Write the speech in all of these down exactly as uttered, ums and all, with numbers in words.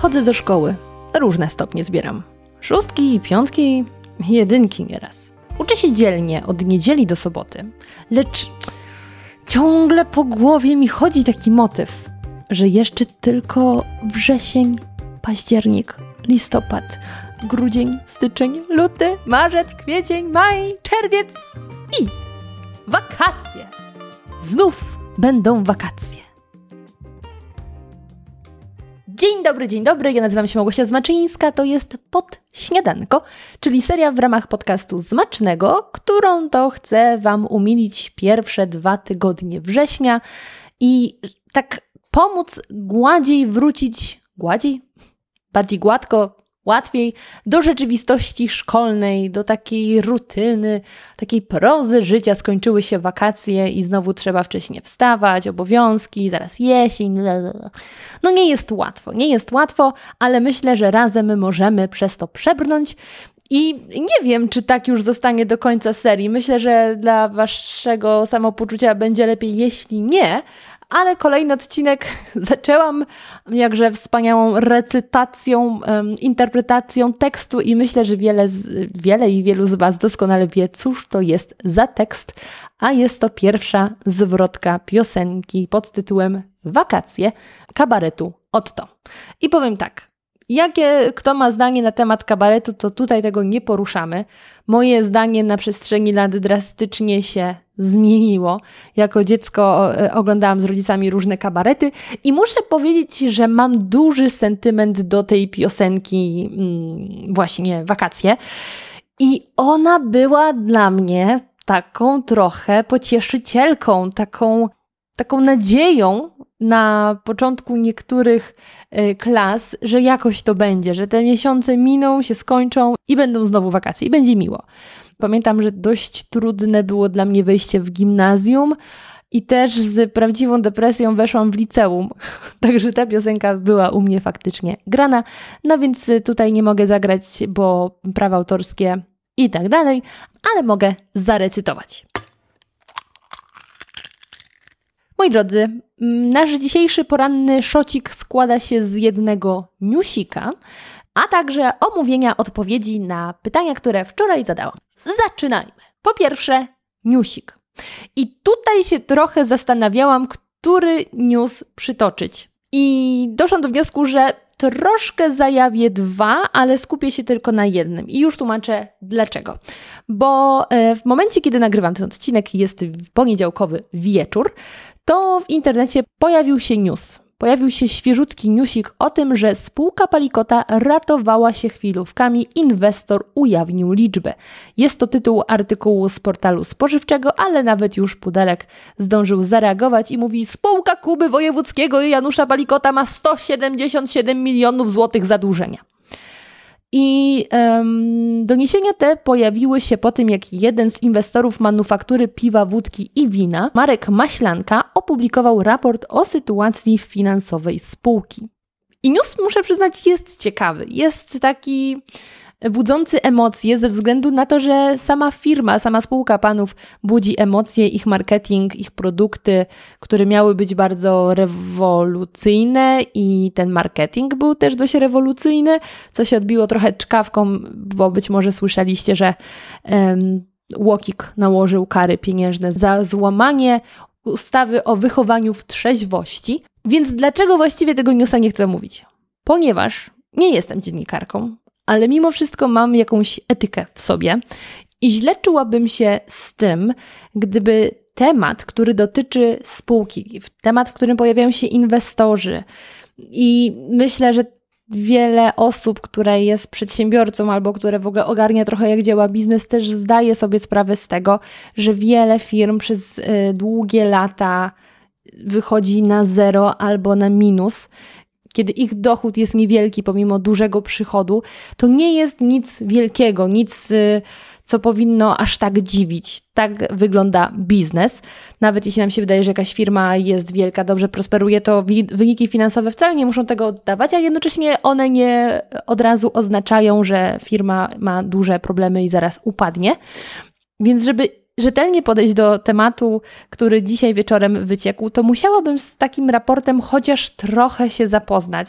Chodzę do szkoły. Różne stopnie zbieram. Szóstki, piątki, jedynki nieraz. Uczę się dzielnie od niedzieli do soboty, lecz ciągle po głowie mi chodzi taki motyw, że jeszcze tylko wrzesień, październik, listopad, grudzień, styczeń, luty, marzec, kwiecień, maj, czerwiec i wakacje. Znów będą wakacje. Dzień dobry, dzień dobry, ja nazywam się Małgosia Zmaczyńska, to jest Podśniadanko, czyli seria w ramach podcastu Zmacznego, którą to chcę Wam umilić pierwsze dwa tygodnie września i tak pomóc gładziej wrócić, gładziej? Bardziej gładko, łatwiej do rzeczywistości szkolnej, do takiej rutyny, takiej prozy życia. Skończyły się wakacje i znowu trzeba wcześniej wstawać, obowiązki, zaraz jesień. No nie jest łatwo, nie jest łatwo, ale myślę, że razem możemy przez to przebrnąć. I nie wiem, czy tak już zostanie do końca serii. Myślę, że dla Waszego samopoczucia będzie lepiej, jeśli nie. Ale kolejny odcinek zaczęłam jakże wspaniałą recytacją, um, interpretacją tekstu i myślę, że wiele, z, wiele i wielu z Was doskonale wie, cóż to jest za tekst, a jest to pierwsza zwrotka piosenki pod tytułem Wakacje kabaretu Otto. I powiem tak, jakie kto ma zdanie na temat kabaretu, to tutaj tego nie poruszamy. Moje zdanie na przestrzeni lat drastycznie się zmieniło. Jako dziecko oglądałam z rodzicami różne kabarety i muszę powiedzieć, że mam duży sentyment do tej piosenki mm, właśnie Wakacje. I ona była dla mnie taką trochę pocieszycielką, taką, taką nadzieją na początku niektórych y, klas, że jakoś to będzie, że te miesiące miną, się skończą i będą znowu wakacje i będzie miło. Pamiętam, że dość trudne było dla mnie wejście w gimnazjum i też z prawdziwą depresją weszłam w liceum. Także ta piosenka była u mnie faktycznie grana. No więc tutaj nie mogę zagrać, bo prawa autorskie i tak dalej, ale mogę zarecytować. Moi drodzy, nasz dzisiejszy poranny szocik składa się z jednego newsika, a także omówienia odpowiedzi na pytania, które wczoraj zadałam. Zaczynajmy. Po pierwsze, newsik. I tutaj się trochę zastanawiałam, który news przytoczyć. I doszłam do wniosku, że troszkę zajawię dwa, ale skupię się tylko na jednym. I już tłumaczę dlaczego. Bo w momencie, kiedy nagrywam ten odcinek, jest poniedziałkowy wieczór, to w internecie pojawił się news. Pojawił się świeżutki newsik o tym, że spółka Palikota ratowała się chwilówkami, inwestor ujawnił liczbę. Jest to tytuł artykułu z portalu spożywczego, ale nawet już Pudelek zdążył zareagować i mówi: spółka Kuby Wojewódzkiego i Janusza Palikota ma sto siedemdziesiąt siedem milionów złotych zadłużenia. I um, doniesienia te pojawiły się po tym, jak jeden z inwestorów manufaktury piwa, wódki i wina, Marek Maślanka, opublikował raport o sytuacji finansowej spółki. I news, muszę przyznać, jest ciekawy. Jest taki budzący emocje ze względu na to, że sama firma, sama spółka panów budzi emocje, ich marketing, ich produkty, które miały być bardzo rewolucyjne i ten marketing był też dość rewolucyjny, co się odbiło trochę czkawką, bo być może słyszeliście, że um, UOKiK nałożył kary pieniężne za złamanie ustawy o wychowaniu w trzeźwości. Więc dlaczego właściwie tego newsa nie chcę mówić? Ponieważ nie jestem dziennikarką, ale mimo wszystko mam jakąś etykę w sobie i źle czułabym się z tym, gdyby temat, który dotyczy spółki, temat, w którym pojawiają się inwestorzy i myślę, że wiele osób, które jest przedsiębiorcą albo które w ogóle ogarnia trochę, jak działa biznes, też zdaje sobie sprawę z tego, że wiele firm przez y, długie lata wychodzi na zero albo na minus. Kiedy ich dochód jest niewielki pomimo dużego przychodu, to nie jest nic wielkiego, nic, co powinno aż tak dziwić. Tak wygląda biznes. Nawet jeśli nam się wydaje, że jakaś firma jest wielka, dobrze prosperuje, to wyniki finansowe wcale nie muszą tego oddawać, a jednocześnie one nie od razu oznaczają, że firma ma duże problemy i zaraz upadnie. Więc żeby rzetelnie podejść do tematu, który dzisiaj wieczorem wyciekł, to musiałabym z takim raportem chociaż trochę się zapoznać.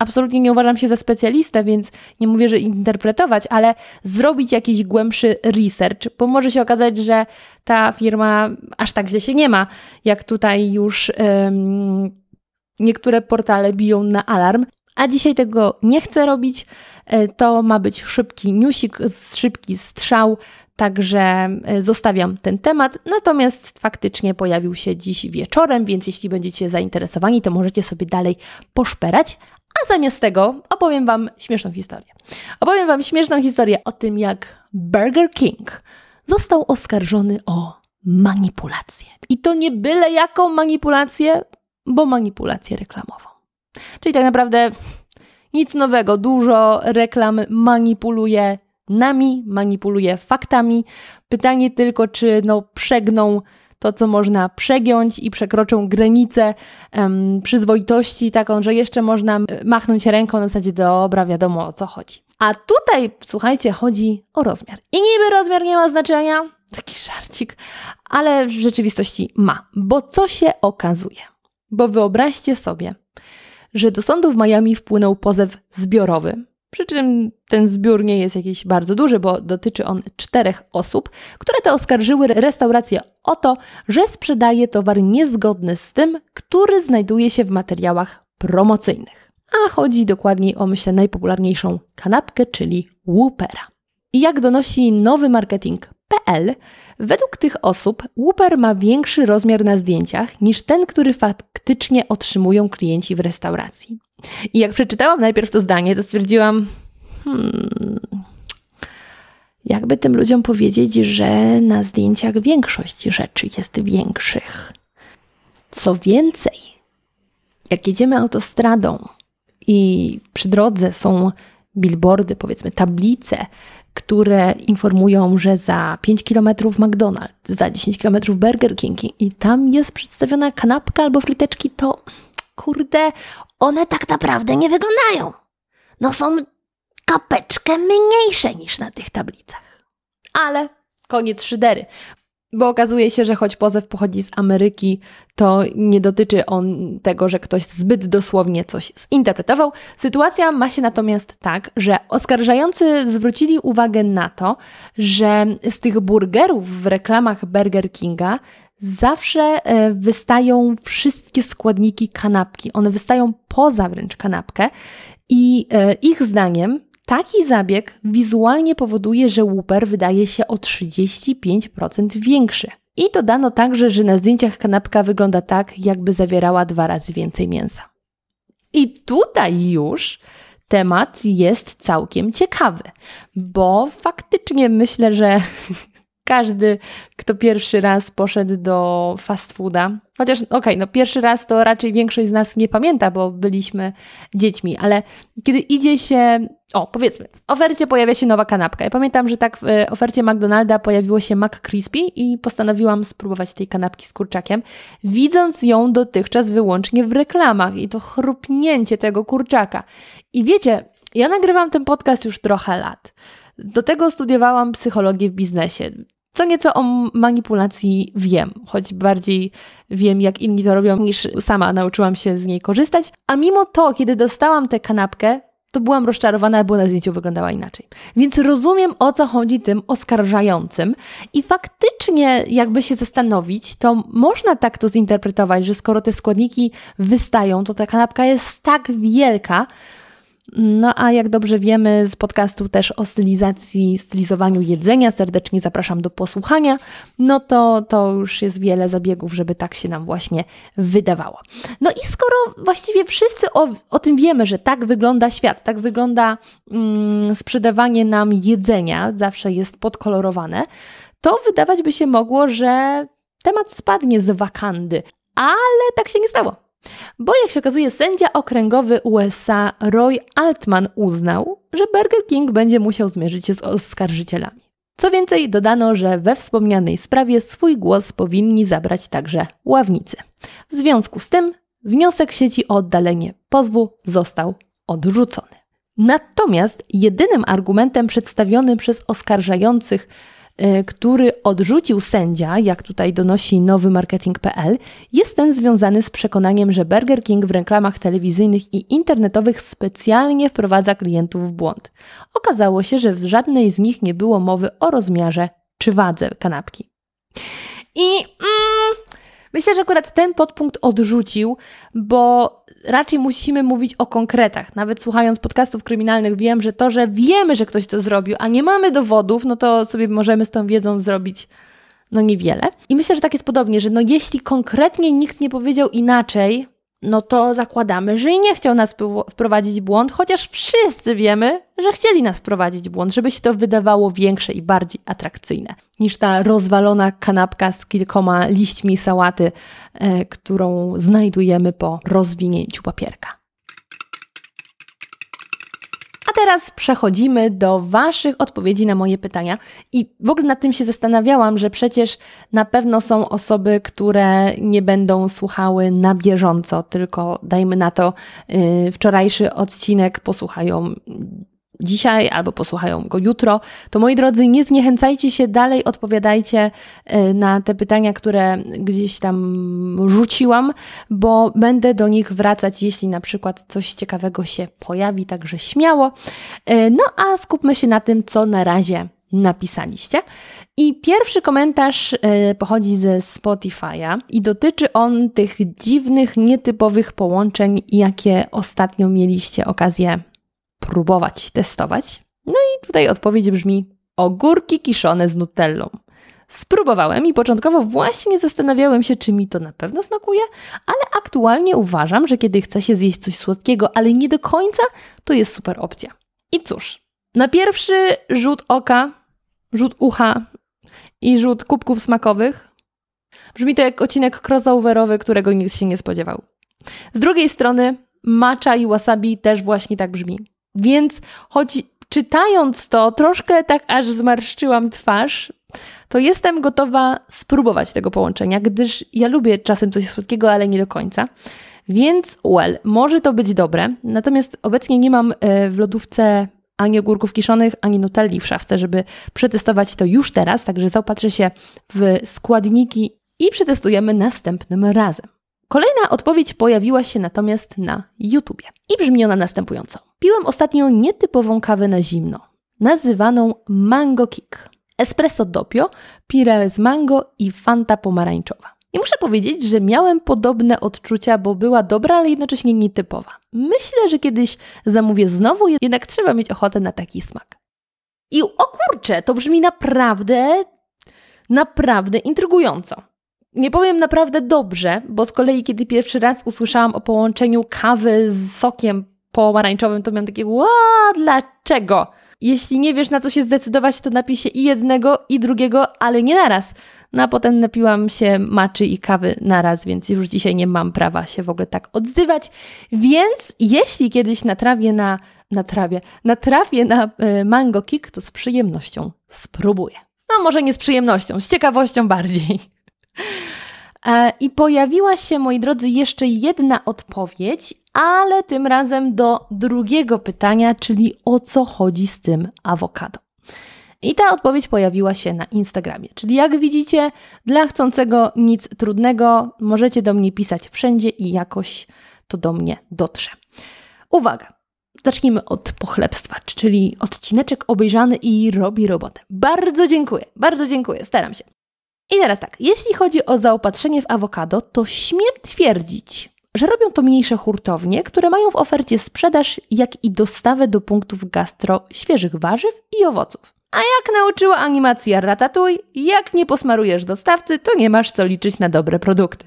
absolutnie nie uważam się za specjalistę, więc nie mówię, że interpretować, ale zrobić jakiś głębszy research, bo może się okazać, że ta firma aż tak źle się nie ma, jak tutaj już um, niektóre portale biją na alarm. A dzisiaj tego nie chcę robić. To ma być szybki newsik, szybki strzał, także zostawiam ten temat. Natomiast faktycznie pojawił się dziś wieczorem, więc jeśli będziecie zainteresowani, to możecie sobie dalej poszperać. A zamiast tego opowiem Wam śmieszną historię. Opowiem Wam śmieszną historię o tym, jak Burger King został oskarżony o manipulację. I to nie byle jaką manipulację, bo manipulację reklamową. Czyli tak naprawdę nic nowego, dużo reklam manipuluje nami, manipuluje faktami. Pytanie tylko, czy no przegną to, co można przegiąć i przekroczą granicę um, przyzwoitości taką, że jeszcze można machnąć ręką na zasadzie dobra, wiadomo o co chodzi. A tutaj, słuchajcie, chodzi o rozmiar. I niby rozmiar nie ma znaczenia, taki żarcik, ale w rzeczywistości ma. Bo co się okazuje? Bo wyobraźcie sobie, że do sądu w Miami wpłynął pozew zbiorowy, przy czym ten zbiór nie jest jakiś bardzo duży, bo dotyczy on czterech osób, które te oskarżyły restaurację o to, że sprzedaje towar niezgodny z tym, który znajduje się w materiałach promocyjnych. A chodzi dokładniej o, myślę, najpopularniejszą kanapkę, czyli Whoopera. I jak donosi nowy marketing kropka pe el, według tych osób Whopper ma większy rozmiar na zdjęciach niż ten, który faktycznie otrzymują klienci w restauracji. I jak przeczytałam najpierw to zdanie, to stwierdziłam, hmm, jakby tym ludziom powiedzieć, że na zdjęciach większość rzeczy jest większych. Co więcej, jak jedziemy autostradą i przy drodze są billboardy, powiedzmy tablice, które informują, że za pięć kilometrów McDonald's, za dziesięć kilometrów Burger King i tam jest przedstawiona kanapka albo fryteczki, to kurde, one tak naprawdę nie wyglądają. No są kapeczkę mniejsze niż na tych tablicach. Ale koniec szydery. Bo okazuje się, że choć pozew pochodzi z Ameryki, to nie dotyczy on tego, że ktoś zbyt dosłownie coś zinterpretował. Sytuacja ma się natomiast tak, że oskarżający zwrócili uwagę na to, że z tych burgerów w reklamach Burger Kinga zawsze wystają wszystkie składniki kanapki. One wystają poza wręcz kanapkę i ich zdaniem taki zabieg wizualnie powoduje, że Whopper wydaje się o trzydzieści pięć procent większy. I dodano także, że na zdjęciach kanapka wygląda tak, jakby zawierała dwa razy więcej mięsa. I tutaj już temat jest całkiem ciekawy, bo faktycznie myślę, że każdy, kto pierwszy raz poszedł do fast fooda, chociaż okej, okay, no pierwszy raz to raczej większość z nas nie pamięta, bo byliśmy dziećmi, ale kiedy idzie się, o powiedzmy, w ofercie pojawia się nowa kanapka. Ja pamiętam, że tak w ofercie McDonalda pojawiło się McCrispy i postanowiłam spróbować tej kanapki z kurczakiem, widząc ją dotychczas wyłącznie w reklamach i to chrupnięcie tego kurczaka. I wiecie, ja nagrywam ten podcast już trochę lat. Do tego studiowałam psychologię w biznesie. Co nieco o manipulacji wiem, choć bardziej wiem, jak inni to robią, niż sama nauczyłam się z niej korzystać. A mimo to, kiedy dostałam tę kanapkę, to byłam rozczarowana, bo na zdjęciu wyglądała inaczej. Więc rozumiem, o co chodzi tym oskarżającym i faktycznie, jakby się zastanowić, to można tak to zinterpretować, że skoro te składniki wystają, to ta kanapka jest tak wielka. No a jak dobrze wiemy z podcastu też o stylizacji, stylizowaniu jedzenia, serdecznie zapraszam do posłuchania, no to, to już jest wiele zabiegów, żeby tak się nam właśnie wydawało. No i skoro właściwie wszyscy o, o tym wiemy, że tak wygląda świat, tak wygląda mm, sprzedawanie nam jedzenia, zawsze jest podkolorowane, to wydawać by się mogło, że temat spadnie z wakandy, ale tak się nie stało. Bo jak się okazuje, sędzia okręgowy U S A Roy Altman uznał, że Burger King będzie musiał zmierzyć się z oskarżycielami. Co więcej, dodano, że we wspomnianej sprawie swój głos powinni zabrać także ławnicy. W związku z tym wniosek sieci o oddalenie pozwu został odrzucony. Natomiast jedynym argumentem przedstawionym przez oskarżających który odrzucił sędzia, jak tutaj donosi nowy marketing kropka p l, jest ten związany z przekonaniem, że Burger King w reklamach telewizyjnych i internetowych specjalnie wprowadza klientów w błąd. Okazało się, że w żadnej z nich nie było mowy o rozmiarze czy wadze kanapki. I mm, myślę, że akurat ten podpunkt odrzucił, bo raczej musimy mówić o konkretach. Nawet słuchając podcastów kryminalnych wiem, że to, że wiemy, że ktoś to zrobił, a nie mamy dowodów, no to sobie możemy z tą wiedzą zrobić no niewiele. I myślę, że tak jest podobnie, że no jeśli konkretnie nikt nie powiedział inaczej, no to zakładamy, że i nie chciał nas wprowadzić w błąd, chociaż wszyscy wiemy, że chcieli nas wprowadzić w błąd, żeby się to wydawało większe i bardziej atrakcyjne niż ta rozwalona kanapka z kilkoma liśćmi sałaty, e, którą znajdujemy po rozwinięciu papierka. A teraz przechodzimy do Waszych odpowiedzi na moje pytania i w ogóle nad tym się zastanawiałam, że przecież na pewno są osoby, które nie będą słuchały na bieżąco, tylko dajmy na to yy, wczorajszy odcinek posłuchają dzisiaj albo posłuchają go jutro, to moi drodzy, nie zniechęcajcie się, dalej odpowiadajcie na te pytania, które gdzieś tam rzuciłam, bo będę do nich wracać, jeśli na przykład coś ciekawego się pojawi, także śmiało. No a skupmy się na tym, co na razie napisaliście. I pierwszy komentarz pochodzi ze Spotify'a i dotyczy on tych dziwnych, nietypowych połączeń, jakie ostatnio mieliście okazję próbować, testować. No i tutaj odpowiedź brzmi: ogórki kiszone z nutellą. Spróbowałem i początkowo właśnie zastanawiałem się, czy mi to na pewno smakuje, ale aktualnie uważam, że kiedy chce się zjeść coś słodkiego, ale nie do końca, to jest super opcja. I cóż, na pierwszy rzut oka, rzut ucha i rzut kubków smakowych brzmi to jak odcinek crossoverowy, którego nikt się nie spodziewał. Z drugiej strony matcha i wasabi też właśnie tak brzmi. Więc choć czytając to troszkę tak aż zmarszczyłam twarz, to jestem gotowa spróbować tego połączenia, gdyż ja lubię czasem coś słodkiego, ale nie do końca. Więc well, może to być dobre. Natomiast obecnie nie mam w lodówce ani ogórków kiszonych, ani nutelli w szafce, żeby przetestować to już teraz, także zaopatrzę się w składniki i przetestujemy następnym razem. Kolejna odpowiedź pojawiła się natomiast na YouTubie i brzmi ona następująco. Piłem ostatnio nietypową kawę na zimno, nazywaną Mango Kick. Espresso doppio, pire z mango i fanta pomarańczowa. I muszę powiedzieć, że miałem podobne odczucia, bo była dobra, ale jednocześnie nietypowa. Myślę, że kiedyś zamówię znowu, jednak trzeba mieć ochotę na taki smak. I o kurczę, to brzmi naprawdę, naprawdę intrygująco. Nie powiem naprawdę dobrze, bo z kolei kiedy pierwszy raz usłyszałam o połączeniu kawy z sokiem pomarańczowym, to miałam takie: ła, dlaczego? Jeśli nie wiesz, na co się zdecydować, to napij się i jednego, i drugiego, ale nie naraz. No a potem napiłam się matchy i kawy naraz, więc już dzisiaj nie mam prawa się w ogóle tak odzywać. Więc jeśli kiedyś natrafię na, natrafię, natrafię na y, Mango Kick, to z przyjemnością spróbuję. No może nie z przyjemnością, z ciekawością bardziej. I pojawiła się, moi drodzy, jeszcze jedna odpowiedź, ale tym razem do drugiego pytania, czyli o co chodzi z tym awokado. I ta odpowiedź pojawiła się na Instagramie, czyli jak widzicie, dla chcącego nic trudnego, możecie do mnie pisać wszędzie i jakoś to do mnie dotrze. Uwaga! Zacznijmy od pochlebstwa, czyli odcineczek obejrzany i robi robotę. Bardzo dziękuję, bardzo dziękuję, staram się. I teraz tak, jeśli chodzi o zaopatrzenie w awokado, to śmiem twierdzić, że robią to mniejsze hurtownie, które mają w ofercie sprzedaż, jak i dostawę do punktów gastro świeżych warzyw i owoców. A jak nauczyła animacja Ratatouille, jak nie posmarujesz dostawcy, to nie masz co liczyć na dobre produkty.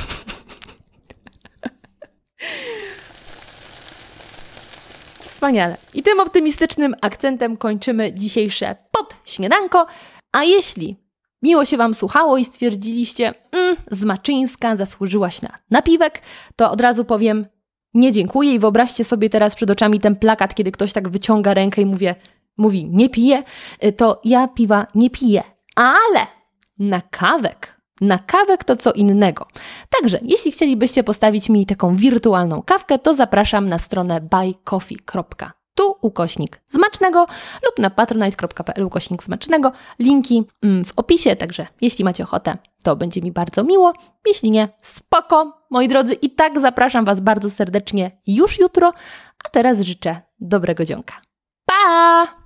Wspaniale. I tym optymistycznym akcentem kończymy dzisiejsze podśniadanko. A jeśli miło się Wam słuchało i stwierdziliście, mm, Zmaczyńska zasłużyłaś na napiwek, to od razu powiem nie dziękuję i wyobraźcie sobie teraz przed oczami ten plakat, kiedy ktoś tak wyciąga rękę i mówi, mówi nie piję, to ja piwa nie piję, ale na kawek, na kawek to co innego. Także jeśli chcielibyście postawić mi taką wirtualną kawkę, to zapraszam na stronę buy coffee kropka tu ukośnik smacznego lub na patronite kropka p l ukośnik smacznego. Linki w opisie, także jeśli macie ochotę, to będzie mi bardzo miło. Jeśli nie, spoko. Moi drodzy, i tak zapraszam Was bardzo serdecznie już jutro, a teraz życzę dobrego dzionka. Pa!